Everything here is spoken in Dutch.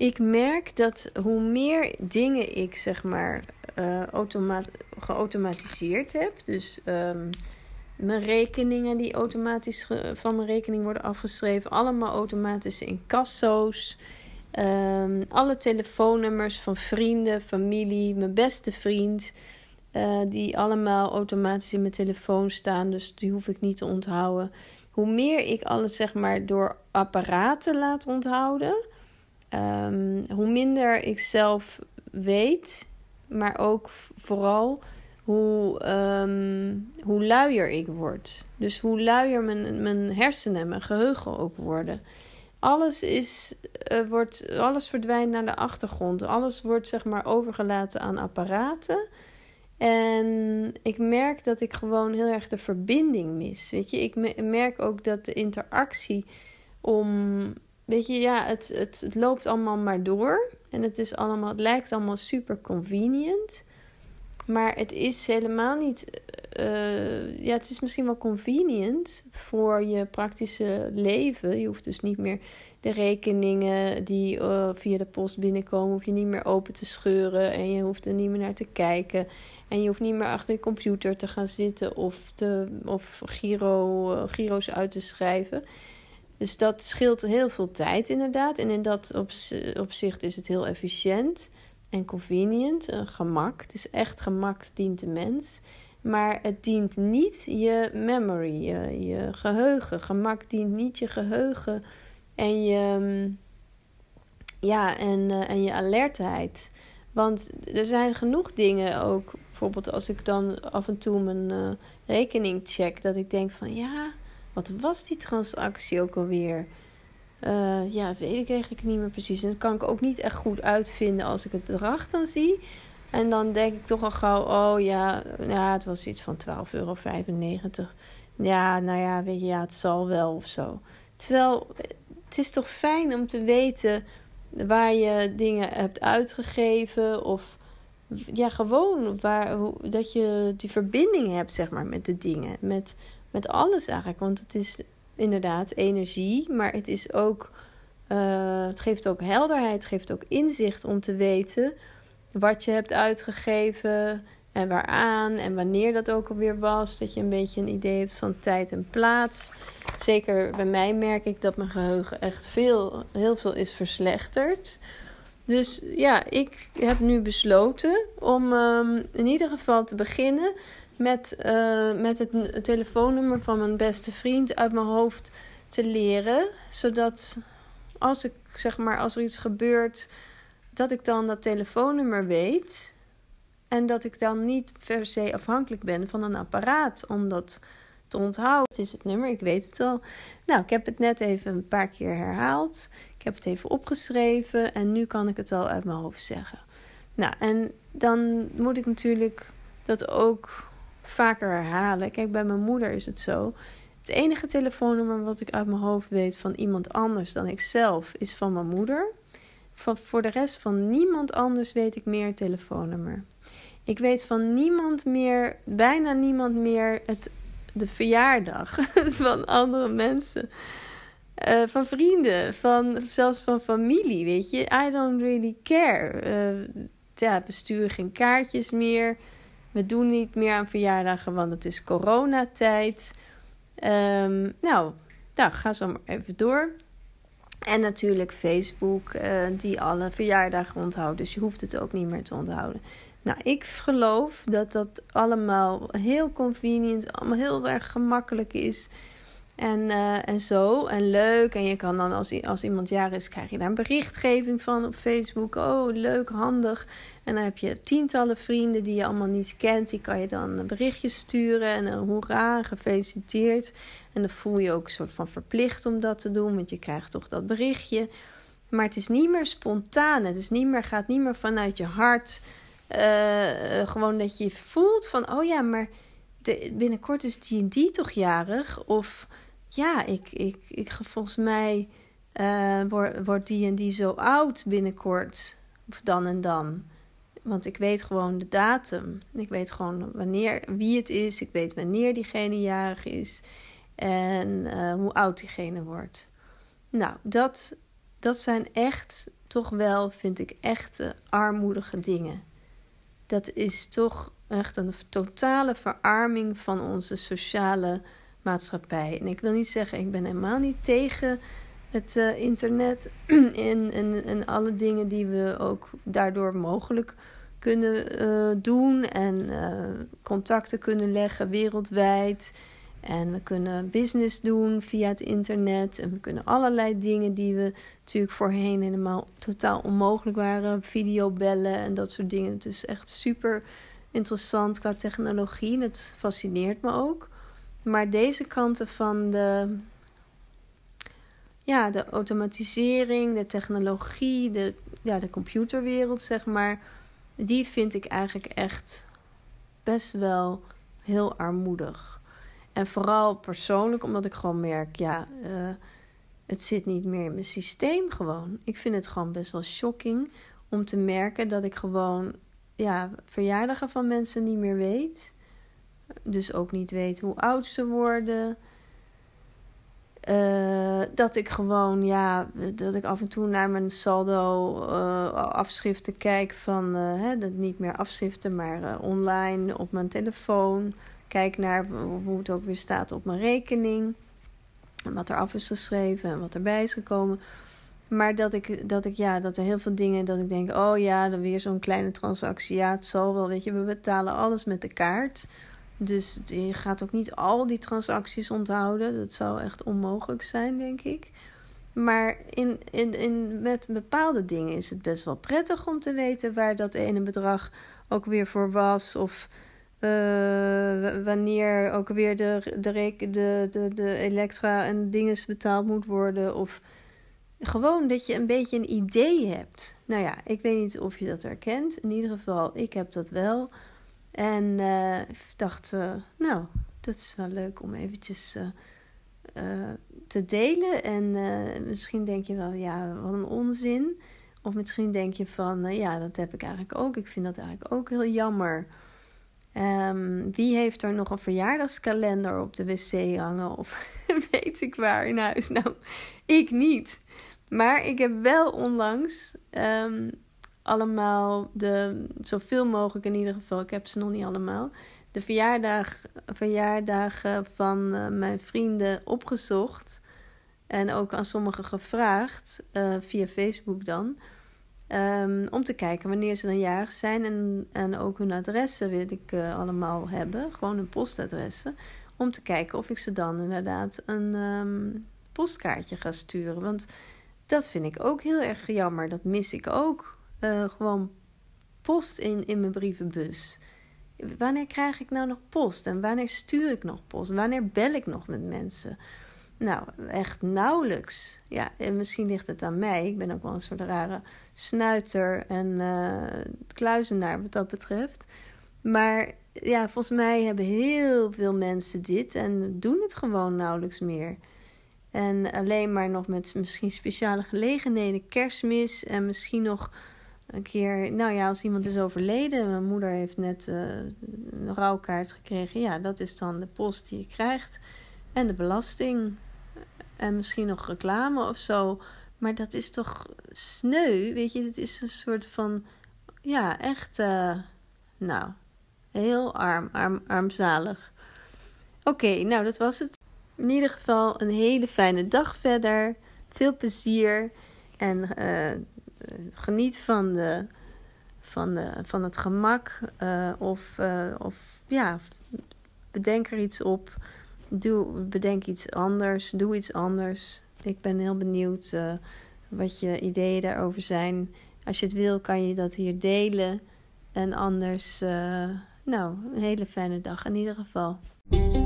ik merk dat hoe meer dingen ik zeg maar geautomatiseerd heb. Dus mijn rekeningen die automatisch van mijn rekening worden afgeschreven. Allemaal automatische incasso's. Alle telefoonnummers van vrienden, familie, mijn beste vriend. Die allemaal automatisch in mijn telefoon staan. Dus die hoef ik niet te onthouden. Hoe meer ik alles zeg maar door apparaten laat onthouden. Hoe minder ik zelf weet. Maar ook vooral hoe luier ik word. Dus hoe luier mijn hersenen en mijn geheugen ook worden. Alles verdwijnt naar de achtergrond. Alles wordt zeg maar overgelaten aan apparaten. En ik merk dat ik gewoon heel erg de verbinding mis. Weet je, ik merk ook dat de interactie weet je, ja, het loopt allemaal maar door. En het lijkt allemaal super convenient. Maar het is helemaal niet... het is misschien wel convenient voor je praktische leven. Je hoeft dus niet meer de rekeningen die via de post binnenkomen, hoef je niet meer open te scheuren. En je hoeft er niet meer naar te kijken. En je hoeft niet meer achter je computer te gaan zitten of giro's uit te schrijven. Dus dat scheelt heel veel tijd inderdaad. En in dat opzicht is het heel efficiënt en convenient. Gemak. Het is echt gemak dient de mens. Maar het dient niet je memory, je geheugen. Gemak dient niet je geheugen en je alertheid. Want er zijn genoeg dingen ook. Bijvoorbeeld als ik dan af en toe mijn rekening check. Dat ik denk van ja, wat was die transactie ook alweer? Weet ik eigenlijk niet meer precies. En dat kan ik ook niet echt goed uitvinden als ik het bedrag dan zie. En dan denk ik toch al gauw, het was iets van €12,95. Ja, nou ja, weet je, ja, het zal wel of zo. Terwijl, het is toch fijn om te weten waar je dingen hebt uitgegeven. Of ja, gewoon dat je die verbinding hebt, zeg maar, met de dingen. Met alles eigenlijk. Want het is inderdaad energie, maar het is ook... het geeft ook helderheid, het geeft ook inzicht om te weten wat je hebt uitgegeven en waaraan en wanneer dat ook alweer was. Dat je een beetje een idee hebt van tijd en plaats. Zeker bij mij merk ik dat mijn geheugen echt heel veel is verslechterd. Dus ja, ik heb nu besloten om in ieder geval te beginnen met het telefoonnummer van mijn beste vriend uit mijn hoofd te leren. Zodat als er iets gebeurt, dat ik dan dat telefoonnummer weet. En dat ik dan niet per se afhankelijk ben van een apparaat om dat te onthouden. Het is het nummer, ik weet het al. Nou, ik heb het net even een paar keer herhaald. Ik heb het even opgeschreven en nu kan ik het al uit mijn hoofd zeggen. Nou, en dan moet ik natuurlijk dat ook vaker herhalen. Kijk, bij mijn moeder is het zo. Het enige telefoonnummer wat ik uit mijn hoofd weet van iemand anders dan ikzelf is van mijn moeder. Voor de rest van niemand anders weet ik meer het telefoonnummer. Ik weet van bijna niemand meer de verjaardag van andere mensen. Van vrienden, zelfs van familie, weet je. I don't really care. We sturen geen kaartjes meer. We doen niet meer aan verjaardagen, want het is coronatijd. Ga zo maar even door. En natuurlijk Facebook, die alle verjaardagen onthoudt. Dus je hoeft het ook niet meer te onthouden. Nou, ik geloof dat allemaal heel convenient, allemaal heel erg gemakkelijk is. En zo, en leuk. En je kan dan, als iemand jarig is, krijg je daar een berichtgeving van op Facebook. Oh, leuk, handig. En dan heb je tientallen vrienden die je allemaal niet kent. Die kan je dan berichtjes sturen en hoera, gefeliciteerd. En dan voel je ook een soort van verplicht om dat te doen, want je krijgt toch dat berichtje. Maar het is niet meer spontaan. Het gaat niet meer vanuit je hart. Gewoon dat je voelt van, oh ja, maar binnenkort is die en die toch jarig. Of ja, volgens mij wordt die en die zo oud binnenkort. Of dan en dan. Want ik weet gewoon de datum. Ik weet gewoon wie het is. Ik weet wanneer diegene jarig is. En hoe oud diegene wordt. Nou, dat zijn echt toch wel, vind ik, echte armoedige dingen. Dat is toch echt een totale verarming van onze sociale maatschappij. En ik wil niet zeggen, ik ben helemaal niet tegen het internet en alle dingen die we ook daardoor mogelijk kunnen doen en contacten kunnen leggen wereldwijd. En we kunnen business doen via het internet. En we kunnen allerlei dingen die we natuurlijk voorheen helemaal totaal onmogelijk waren. Videobellen en dat soort dingen. Het is echt super interessant qua technologie. Het fascineert me ook. Maar deze kanten van de automatisering, de technologie, de computerwereld, zeg maar. Die vind ik eigenlijk echt best wel heel armoedig. En vooral persoonlijk, omdat ik gewoon merk, het zit niet meer in mijn systeem gewoon. Ik vind het gewoon best wel shocking om te merken dat ik gewoon verjaardagen van mensen niet meer weet. Dus ook niet weet hoe oud ze worden. Dat ik gewoon, dat ik af en toe naar mijn saldo afschriften kijk van, dat niet meer afschriften, maar online op mijn telefoon. Kijk naar hoe het ook weer staat op mijn rekening. En wat er af is geschreven en wat erbij is gekomen. Maar dat er heel veel dingen, dat ik denk, dan weer zo'n kleine transactie. Ja, het zal wel, weet je, we betalen alles met de kaart. Dus je gaat ook niet al die transacties onthouden. Dat zou echt onmogelijk zijn, denk ik. Maar met bepaalde dingen is het best wel prettig om te weten waar dat ene bedrag ook weer voor was. Of wanneer ook weer de elektra en dinges betaald moet worden. Of gewoon dat je een beetje een idee hebt. Nou ja, ik weet niet of je dat herkent. In ieder geval, ik heb dat wel. En ik dacht, dat is wel leuk om eventjes te delen. En misschien denk je wel, wat een onzin. Of misschien denk je van, dat heb ik eigenlijk ook. Ik vind dat eigenlijk ook heel jammer. Wie heeft er nog een verjaardagskalender op de wc hangen? Of weet ik waar in huis? Nou, ik niet. Maar ik heb wel onlangs allemaal zoveel mogelijk in ieder geval, ik heb ze nog niet allemaal, de verjaardagen van mijn vrienden opgezocht. En ook aan sommigen gevraagd, via Facebook dan. Om te kijken wanneer ze dan jarig zijn. En ook hun adressen wil ik allemaal hebben. Gewoon hun postadressen. Om te kijken of ik ze dan inderdaad een postkaartje ga sturen. Want dat vind ik ook heel erg jammer. Dat mis ik ook. Gewoon post in mijn brievenbus. Wanneer krijg ik nou nog post? En wanneer stuur ik nog post? Wanneer bel ik nog met mensen? Nou, echt nauwelijks. Ja, en misschien ligt het aan mij. Ik ben ook wel een soort rare snuiter en kluizenaar wat dat betreft. Maar volgens mij hebben heel veel mensen dit en doen het gewoon nauwelijks meer. En alleen maar nog met misschien speciale gelegenheden, Kerstmis en misschien nog een keer, als iemand is overleden. Mijn moeder heeft net een rouwkaart gekregen. Ja, dat is dan de post die je krijgt. En de belasting. En misschien nog reclame of zo. Maar dat is toch sneu, weet je. Het is een soort van, echt, heel armzalig. Oké, dat was het. In ieder geval een hele fijne dag verder. Veel plezier. En geniet van het gemak. Bedenk er iets op. Bedenk iets anders. Doe iets anders. Ik ben heel benieuwd wat je ideeën daarover zijn. Als je het wil, kan je dat hier delen. En anders, een hele fijne dag in ieder geval.